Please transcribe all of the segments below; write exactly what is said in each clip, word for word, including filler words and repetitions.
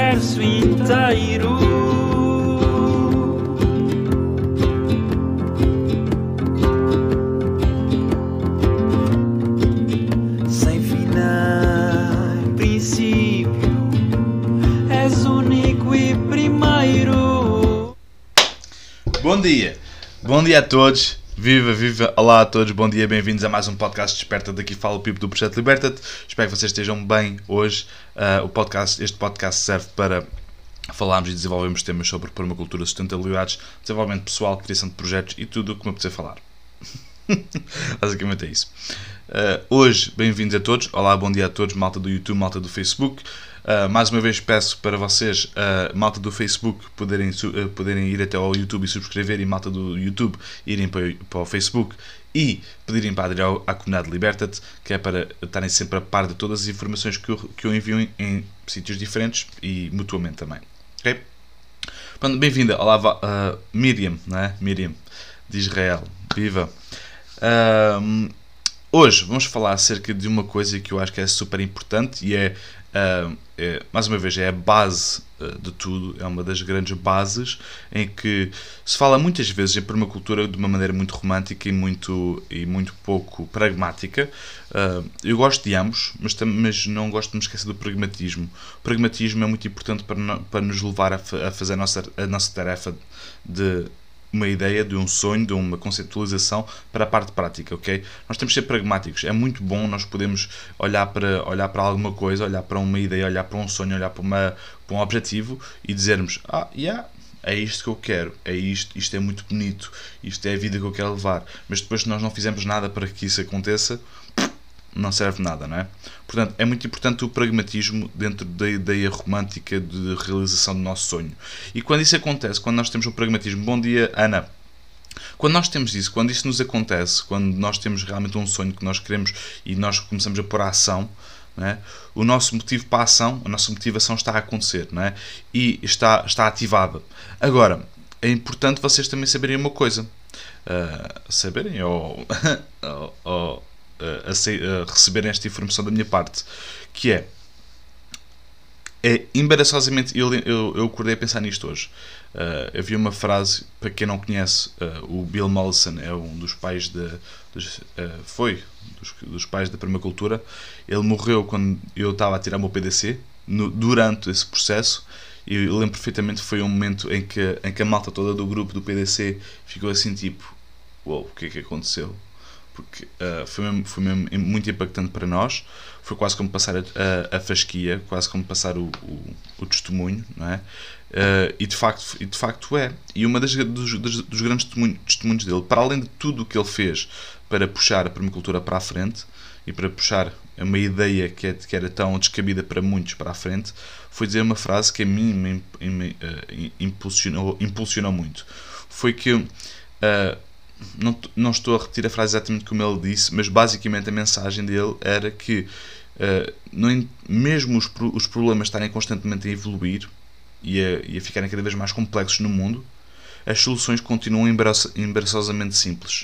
universo inteiro. Sem final, princípio, és único e primeiro. Bom dia, bom dia a todos. Viva, viva, olá a todos, bom dia, bem-vindos a mais um podcast Desperta. Daqui fala o Pipo do Projeto Liberta-te. Espero que vocês estejam bem hoje. Uh, o podcast, este podcast serve para falarmos e desenvolvermos temas sobre permacultura, sustentabilidades, desenvolvimento pessoal, criação de projetos e tudo o que me apetecer falar. Basicamente é isso. Uh, hoje, bem-vindos a todos. Olá, bom dia a todos, malta do YouTube, malta do Facebook. Uh, mais uma vez peço para vocês, uh, malta do Facebook, poderem, uh, poderem ir até ao YouTube e subscrever, e malta do YouTube irem para, para o Facebook e pedirem para aderir ao, à comunidade Liberta-te, que é para estarem sempre a par de todas as informações que eu, que eu envio em, em sítios diferentes e mutuamente também. Ok? Pronto, bem-vinda. Olá, uh, Miriam, não é? Miriam, de Israel. Viva! Uh, hoje vamos falar acerca de uma coisa que eu acho que é super importante e é, uh, é mais uma vez, é a base uh, de tudo, é uma das grandes bases em que se fala muitas vezes em permacultura de uma maneira muito romântica e muito, e muito pouco pragmática. Uh, eu gosto de ambos, mas, mas não gosto de me esquecer do pragmatismo. O pragmatismo é muito importante para, no, para nos levar a, a fazer a nossa, a nossa tarefa de uma ideia, de um sonho, de uma conceptualização para a parte prática, ok? Nós temos que ser pragmáticos. É muito bom nós podemos olhar para, olhar para alguma coisa, olhar para uma ideia, olhar para um sonho, olhar para, uma, para um objetivo e dizermos, ah, yeah, é isto que eu quero, é isto, isto é muito bonito, isto é a vida que eu quero levar. Mas depois, se nós não fizermos nada para que isso aconteça, não serve nada, não é? Portanto, é muito importante o pragmatismo dentro da ideia romântica de realização do nosso sonho. E quando isso acontece, quando nós temos o pragmatismo, bom dia, Ana. Quando nós temos isso, quando isso nos acontece, quando nós temos realmente um sonho que nós queremos e nós começamos a pôr a ação, não é? O nosso motivo para a ação, a nossa motivação está a acontecer, não é? E está, está ativada. Agora, é importante vocês também saberem uma coisa. Uh, saberem ou... ou, ou A, a receberem esta informação da minha parte, que é é embaraçosamente, eu, eu, eu acordei a pensar nisto hoje. Uh, havia uma frase, para quem não conhece, uh, o Bill Mollison é um dos pais de, dos, uh, foi dos, dos pais da permacultura. Ele morreu quando eu estava a tirar o meu P D C, no, durante esse processo, e eu lembro perfeitamente que foi um momento em que, em que a malta toda do grupo do P D C ficou assim tipo, uou, wow, o que é que aconteceu? Porque uh, foi, mesmo, foi mesmo muito impactante para nós. Foi quase como passar a, a, a fasquia, quase como passar o, o, o testemunho, não é? Uh, e, de facto, e de facto é. E uma das dos, dos, dos grandes testemunhos dele, para além de tudo o que ele fez para puxar a permacultura para a frente e para puxar uma ideia que, é, que era tão descabida para muitos para a frente, foi dizer uma frase que a mim me, me uh, impulsionou, impulsionou muito. Foi que uh, Não, não estou a repetir a frase exatamente como ele disse, mas basicamente a mensagem dele era que uh, não, mesmo os, os problemas estarem constantemente a evoluir e a, e a ficarem cada vez mais complexos no mundo, as soluções continuam embaraçosamente simples.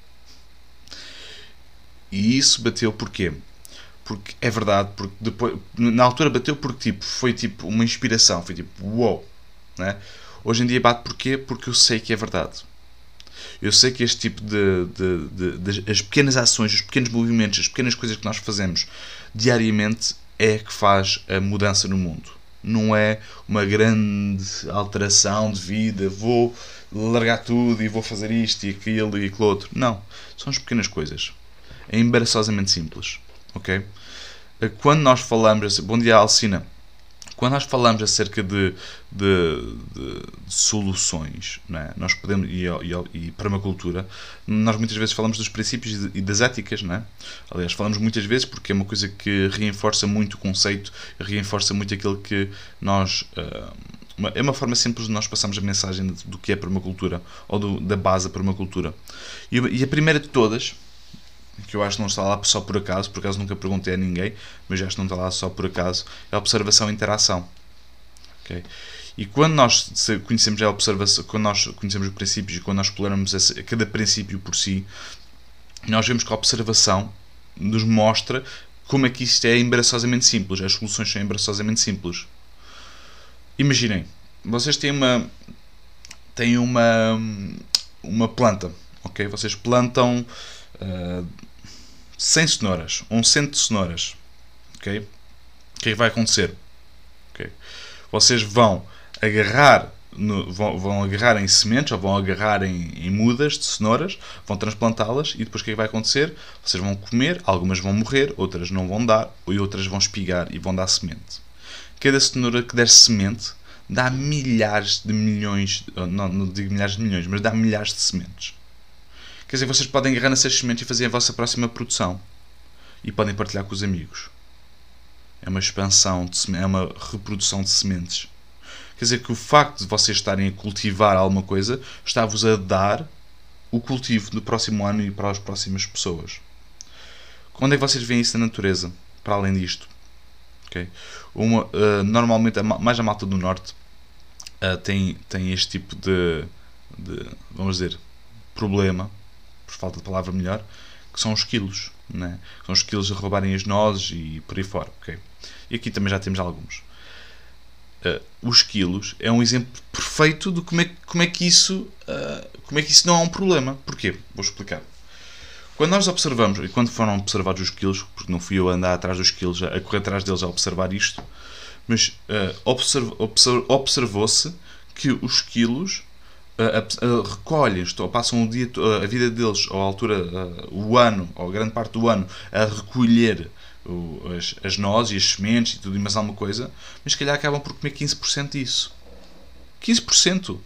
E isso bateu porquê? Porque é verdade, porque depois, na altura bateu porque tipo, foi tipo uma inspiração, foi tipo, uou, wow, né? Hoje em dia bate porquê? Porque eu sei que é verdade. Eu sei que este tipo de, de, de, de, de as pequenas ações, os pequenos movimentos, as pequenas coisas que nós fazemos diariamente é que faz a mudança no mundo. Não é uma grande alteração de vida, vou largar tudo e vou fazer isto e aquilo e aquilo outro. Não, são as pequenas coisas. É embaraçosamente simples, ok? Quando nós falamos, bom dia Alcina, quando nós falamos acerca de, de, de, de soluções, não é? Nós podemos, e, e, e permacultura, nós muitas vezes falamos dos princípios e das éticas, não é? Aliás, falamos muitas vezes porque é uma coisa que reforça muito o conceito, reforça muito aquilo que nós... Uh, uma, é uma forma simples de nós passarmos a mensagem do que é permacultura, ou do, da base da permacultura. E, e a primeira de todas, que eu acho que não está lá só por acaso, por acaso nunca perguntei a ninguém, mas acho que não está lá só por acaso, é a observação e interação. Okay? E quando nós conhecemos a observação, quando nós conhecemos os princípios e quando nós exploramos esse, cada princípio por si, nós vemos que a observação nos mostra como é que isto é embaraçosamente simples, as soluções são embaraçosamente simples. imaginem, vocês têm uma têm uma uma planta, ok? Vocês plantam uh, cem cenouras, um cento de cenouras, ok? O que é que vai acontecer? Okay. Vocês vão agarrar no, vão, vão agarrar em sementes ou vão agarrar em, em mudas de cenouras, vão transplantá-las e depois o que é que vai acontecer? Vocês vão comer, algumas vão morrer, outras não vão dar e outras vão espigar e vão dar semente. Cada cenoura que der semente dá milhares de milhões, não, não digo milhares de milhões, mas dá milhares de sementes. Quer dizer, vocês podem agarrar nessas sementes e fazer a vossa próxima produção e podem partilhar com os amigos. É uma expansão, de, é uma reprodução de sementes. Quer dizer que o facto de vocês estarem a cultivar alguma coisa está-vos a dar o cultivo do próximo ano e para as próximas pessoas. Quando é que vocês veem isso na natureza? Para além disto. Okay? Uma, uh, normalmente, a, mais a malta do norte uh, tem, tem este tipo de, de, vamos dizer, problema, por falta de palavra melhor, que são os quilos. Né? São os quilos a roubarem as nozes e por aí fora. Okay? E aqui também já temos alguns. Uh, os quilos é um exemplo perfeito de como é, como é que isso uh, como é que isso não é um problema. Porquê? Vou explicar. Quando nós observamos, e quando foram observados os quilos, porque não fui eu a andar atrás dos quilos, a correr atrás deles a observar isto, mas uh, observ, observ, observou-se que os quilos uh, uh, recolhem, ou passam o dia, uh, a vida deles, ou a altura, uh, o ano, ou grande parte do ano, a recolher o, as, as nozes e as sementes e tudo e mais alguma coisa, mas se calhar acabam por comer quinze por cento disso. quinze por cento!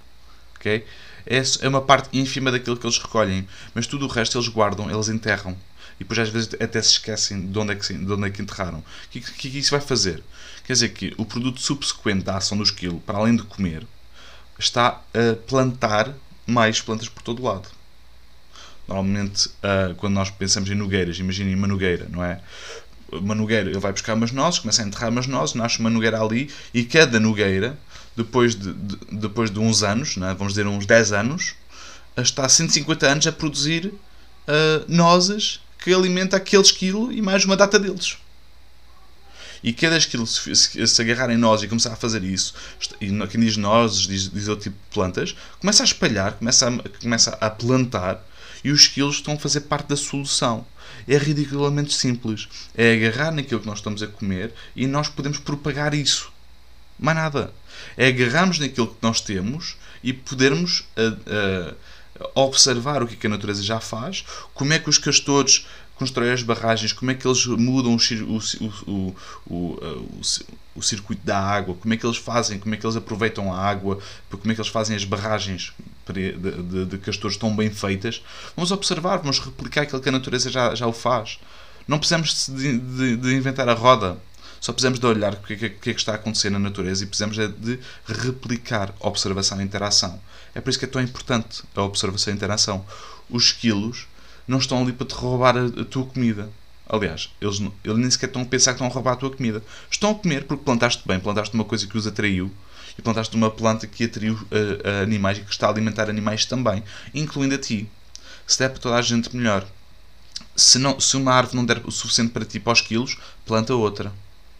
Ok? É uma parte ínfima daquilo que eles recolhem, mas tudo o resto eles guardam, eles enterram e depois às vezes até se esquecem de onde é que, de onde é que enterraram. O que, que, que isso vai fazer? Quer dizer que o produto subsequente da ação do esquilo, para além de comer, está a plantar mais plantas por todo o lado. Normalmente, quando nós pensamos em nogueiras, imaginem uma nogueira, não é? Uma nogueira, ele vai buscar umas nozes, começa a enterrar umas nozes, nasce uma nogueira ali e cada nogueira, depois de, de, depois de uns anos, não é? Vamos dizer uns dez anos, está cento e cinquenta anos a produzir uh, nozes que alimenta aquele esquilo e mais uma data deles. E cada esquilo, se, se, se agarrarem nozes e começar a fazer isso, e quem diz nozes, diz, diz outro tipo de plantas, começa a espalhar, começa a, começa a plantar e os esquilos estão a fazer parte da solução. É ridiculamente simples. É agarrar naquilo que nós estamos a comer e nós podemos propagar isso. Mais nada. É agarrarmos naquilo que nós temos e podermos uh, uh, observar o que, é que a natureza já faz, como é que os castores constroem as barragens, como é que eles mudam o, o, o, o, o, o circuito da água, como é que eles fazem, como é que eles aproveitam a água, como é que eles fazem as barragens de, de, de castores tão bem feitas. Vamos observar, vamos replicar aquilo que a natureza já, já o faz. Não precisamos de, de, de inventar a roda. Só precisamos de olhar o que é, que é que está a acontecer na natureza e precisamos de replicar a observação e a interação. É por isso que é tão importante a observação e a interação. Os esquilos não estão ali para te roubar a, a tua comida. Aliás, eles, eles nem sequer estão a pensar que estão a roubar a tua comida. Estão a comer porque plantaste bem, plantaste uma coisa que os atraiu e plantaste uma planta que atraiu a, a animais e que está a alimentar animais também, incluindo a ti. Se der para toda a gente, melhor. Se, não, se uma árvore não der o suficiente para ti para os quilos, planta outra.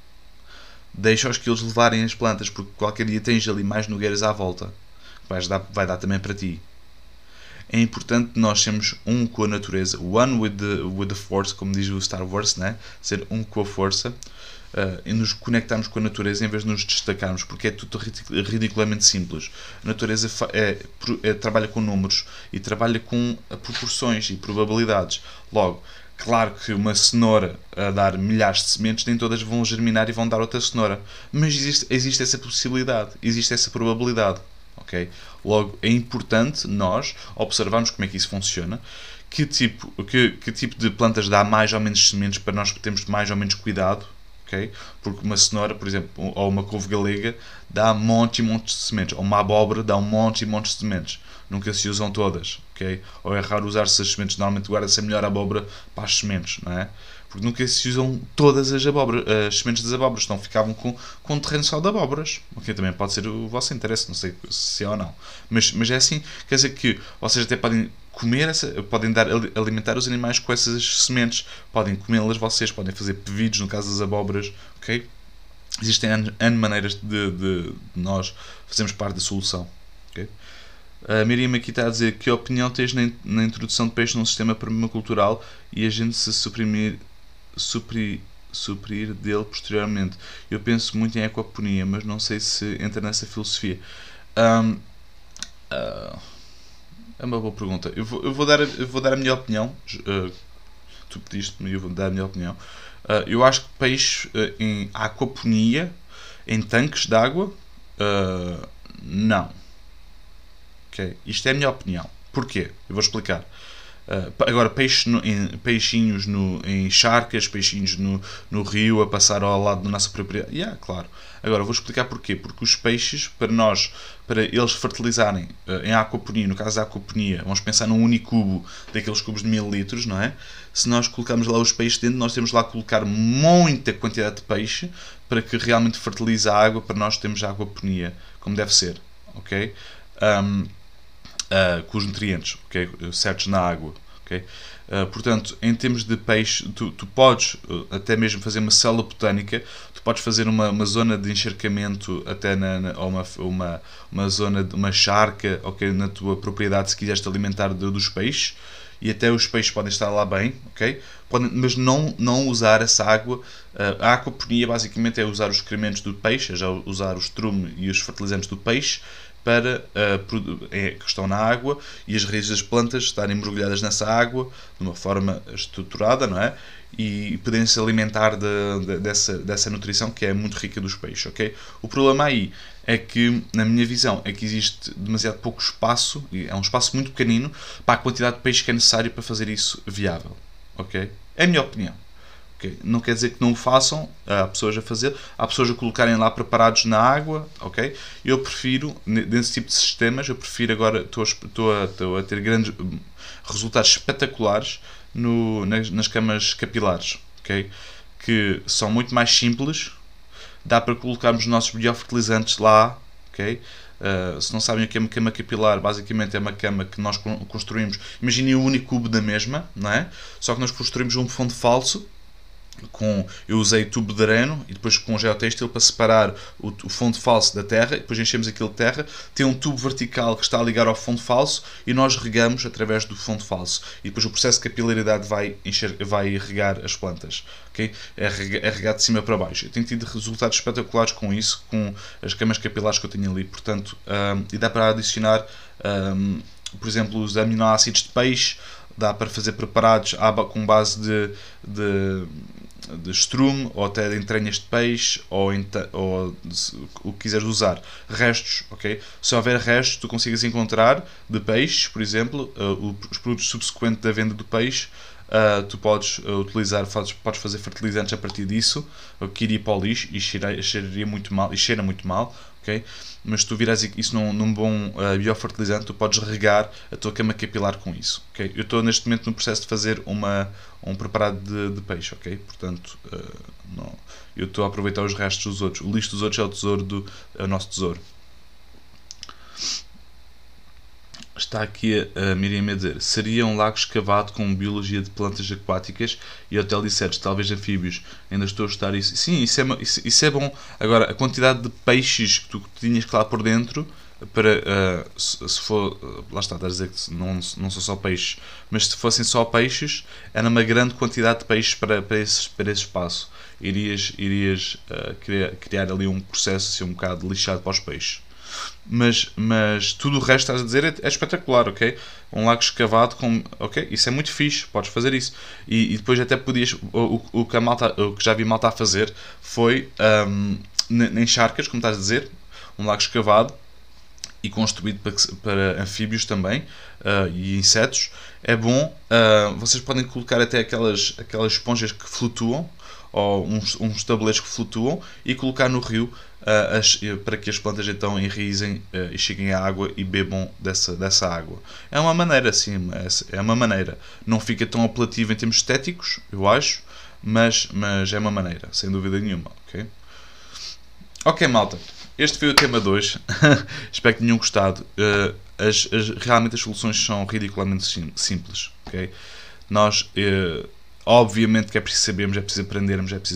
Deixa os quilos levarem as plantas, porque qualquer dia tens ali mais nogueiras à volta. Vais dar, vai dar também para ti. É importante nós sermos um com a natureza. One with the, with the force, como diz o Star Wars, né? Ser um com a força. Uh, e nos conectarmos com a natureza em vez de nos destacarmos, porque é tudo ridiculamente simples. A natureza é, é, trabalha com números e trabalha com proporções e probabilidades. Logo, claro que uma cenoura a dar milhares de sementes, nem todas vão germinar e vão dar outra cenoura. Mas existe, existe essa possibilidade, existe essa probabilidade. Okay? Logo, é importante nós observarmos como é que isso funciona, que tipo, que, que tipo de plantas dá mais ou menos sementes para nós termos mais ou menos cuidado. Okay? Porque uma cenoura, por exemplo, ou uma couve galega dá um monte e monte de sementes, ou uma abóbora dá um monte e monte de sementes. Nunca se usam todas, okay? Ou é raro usar-se as sementes. Normalmente guarda-se a melhor abóbora para as sementes, não é? Porque nunca se usam todas as, abóbora, as sementes das abóboras, então ficavam com, com um terreno só de abóboras. Ok, também pode ser o vosso interesse, não sei se é ou não. Mas, mas é assim, quer dizer que vocês até podem comer, essa, podem dar, alimentar os animais com essas sementes, podem comê-las vocês, podem fazer pevidos no caso das abóboras, ok? existem N maneiras de, de, de nós fazermos parte da solução. Okay? A Miriam aqui está a dizer que opinião tens na, na introdução de peixe num sistema permacultural e a gente se suprimir, supri, suprir dele posteriormente. Eu penso muito em aquaponia, mas não sei se entra nessa filosofia. Um, uh, é uma boa pergunta. Eu vou, eu vou, dar, eu vou dar a minha opinião. Uh, tu pediste-me e eu vou dar a minha opinião. Uh, eu acho que peixe uh, em aquaponia, em tanques de água, uh, não. Okay? Isto é a minha opinião. Porquê? Eu vou explicar. Uh, agora, peixe no, em, peixinhos no, em charcas, peixinhos no, no rio, a passar ao lado da nossa propriedade. Yeah, claro. Agora, vou explicar porquê. Porque os peixes, para nós, para eles fertilizarem uh, em aquaponia, no caso da aquaponia, vamos pensar num único cubo, daqueles cubos de mil litros, não é? Se nós colocarmos lá os peixes dentro, nós temos lá que colocar muita quantidade de peixe para que realmente fertilize a água, para nós termos a aquaponia, como deve ser. Ok? Um, Uh, com os nutrientes, okay? Certos na água. Okay? Uh, portanto, em termos de peixe, tu, tu podes uh, até mesmo fazer uma célula botânica, tu podes fazer uma, uma zona de encharcamento, até na, na, ou uma, uma, uma zona de uma charca, okay? Na tua propriedade, se quiseres te alimentar de, dos peixes, e até os peixes podem estar lá bem, okay? Podem, mas não, não usar essa água. Uh, a aquaponia basicamente é usar os excrementos do peixe, é já usar o estrume e os fertilizantes do peixe, para, uh, é, que estão na água, e as raízes das plantas estarem mergulhadas nessa água de uma forma estruturada, não é? E poderem se alimentar de, de, dessa, dessa nutrição que é muito rica dos peixes. Okay? O problema aí é que, na minha visão, é que existe demasiado pouco espaço, é um espaço muito pequenino, para a quantidade de peixe que é necessário para fazer isso viável. Okay? É a minha opinião. Okay. Não quer dizer que não o façam, há pessoas a fazer, há pessoas a colocarem lá preparados na água, ok? Eu prefiro, nesse tipo de sistemas, eu prefiro agora, estou, estou, a, estou a ter grandes resultados espetaculares no, nas, nas camas capilares, ok? Que são muito mais simples, dá para colocarmos os nossos biofertilizantes lá, ok? Uh, se não sabem o que é uma cama capilar, basicamente é uma cama que nós construímos, imaginem o único cubo da mesma, não é? Só que nós construímos um fundo falso, com, eu usei tubo de dreno e depois com geotêxtil para separar o, o fundo falso da terra, e depois enchemos aquilo de terra, tem um tubo vertical que está a ligar ao fundo falso e nós regamos através do fundo falso, e depois o processo de capilaridade vai, encher, vai regar as plantas, okay? é, rega, é regar de cima para baixo. Eu tenho tido resultados espetaculares com isso, com as camas capilares que eu tenho ali, portanto, um, e dá para adicionar um, por exemplo, os aminoácidos de peixe, dá para fazer preparados com base de, de de estrume, ou até de entranhas de peixe, ou, ou o que quiseres usar. Restos, ok? Se houver restos, tu consigas encontrar de peixes, por exemplo, uh, os produtos subsequentes da venda do peixe, uh, tu podes uh, utilizar, fazes, podes fazer fertilizantes a partir disso, o que iria para o lixo e cheira, cheiraria muito mal, e cheira muito mal, ok? Mas se tu virares isso num, num bom uh, biofertilizante, tu podes regar a tua cama capilar com isso, ok? Eu estou neste momento no processo de fazer uma, um preparado de, de peixe, ok? Portanto, uh, não, eu estou a aproveitar os restos dos outros. O lixo dos outros é o tesouro do é o nosso tesouro. Está aqui a Miriam a dizer: seria um lago escavado com biologia de plantas aquáticas e hotel de insetos, talvez anfíbios. Ainda estou a estudar isso. Sim, isso é, isso, isso é bom. Agora, a quantidade de peixes que tu tinhas que lá por dentro, para, uh, se, se for, lá está, estás a dizer que não, não são só peixes, mas se fossem só peixes, era uma grande quantidade de peixes para, para, esse, para esse espaço. Irias, irias uh, criar, criar ali um processo assim, um bocado lixado para os peixes. Mas, mas tudo o resto, estás a dizer, é, é espetacular, ok? Um lago escavado com... Ok, isso é muito fixe, podes fazer isso. E, e depois até podias... O, o, o, que a malta, o que já vi malta a fazer foi, um, em charcas, como estás a dizer, um lago escavado e construído para, para anfíbios também, uh, e insetos. É bom, uh, vocês podem colocar até aquelas, aquelas esponjas que flutuam, ou uns, uns tabuleiros que flutuam, e colocar no rio, Uh, as, para que as plantas então enraizem uh, e cheguem à água e bebam dessa, dessa água. É uma maneira, sim, é, é uma maneira. Não fica tão apelativo em termos estéticos, eu acho, mas, mas é uma maneira, sem dúvida nenhuma. Ok, ok, malta. Este foi o tema de hoje. Espero que tenham gostado. Uh, as, as, realmente as soluções são ridiculamente sim, simples. Okay? Nós... Uh, Obviamente que é preciso sabermos, é preciso aprendermos, é preciso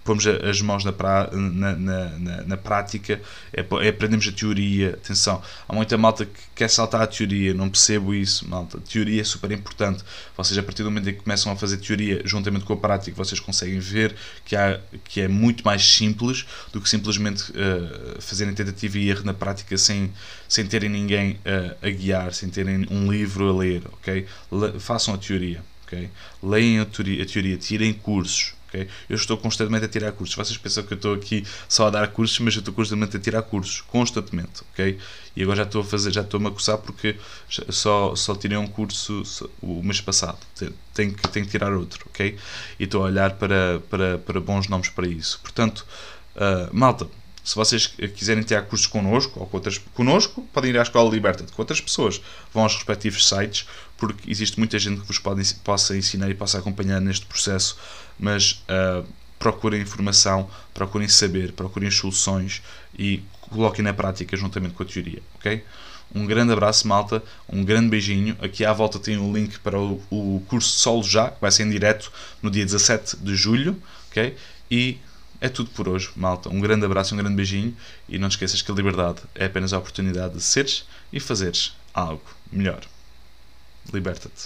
pomos as mãos na, pra, na, na, na, na prática, é, é aprendemos a teoria. Atenção, há muita malta que quer saltar a teoria, não percebo isso, malta. A teoria é super importante. Vocês, a partir do momento em que começam a fazer teoria juntamente com a prática, vocês conseguem ver que, há, que é muito mais simples do que simplesmente uh, fazerem tentativa e erro na prática sem, sem terem ninguém uh, a guiar, sem terem um livro a ler, ok? Le, façam a teoria, ok? Leiam a teoria, a teoria, tirem cursos. Okay? Eu estou constantemente a tirar cursos. Vocês pensam que eu estou aqui só a dar cursos, mas eu estou constantemente a tirar cursos, constantemente, ok? E agora já estou a fazer, já estou-me a coçar porque só, só tirei um curso o mês passado. Tenho que, tenho que tirar outro, ok? E estou a olhar para, para, para bons nomes para isso. Portanto, uh, malta, se vocês quiserem tirar cursos connosco, ou com outras, connosco, podem ir à Escola Liberta-te. Com outras pessoas, vão aos respectivos sites, porque existe muita gente que vos pode, possa ensinar e possa acompanhar neste processo, mas uh, procurem informação, procurem saber, procurem soluções e coloquem na prática juntamente com a teoria, ok? Um grande abraço, malta, um grande beijinho. Aqui à volta tem o link para o, o curso Solo Já, que vai ser em direto no dia dezassete de julho, ok? E é tudo por hoje, malta. Um grande abraço, um grande beijinho e não te esqueças que a liberdade é apenas a oportunidade de seres e fazeres algo melhor. Liberta-te.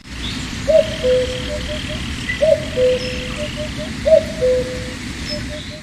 Thank you.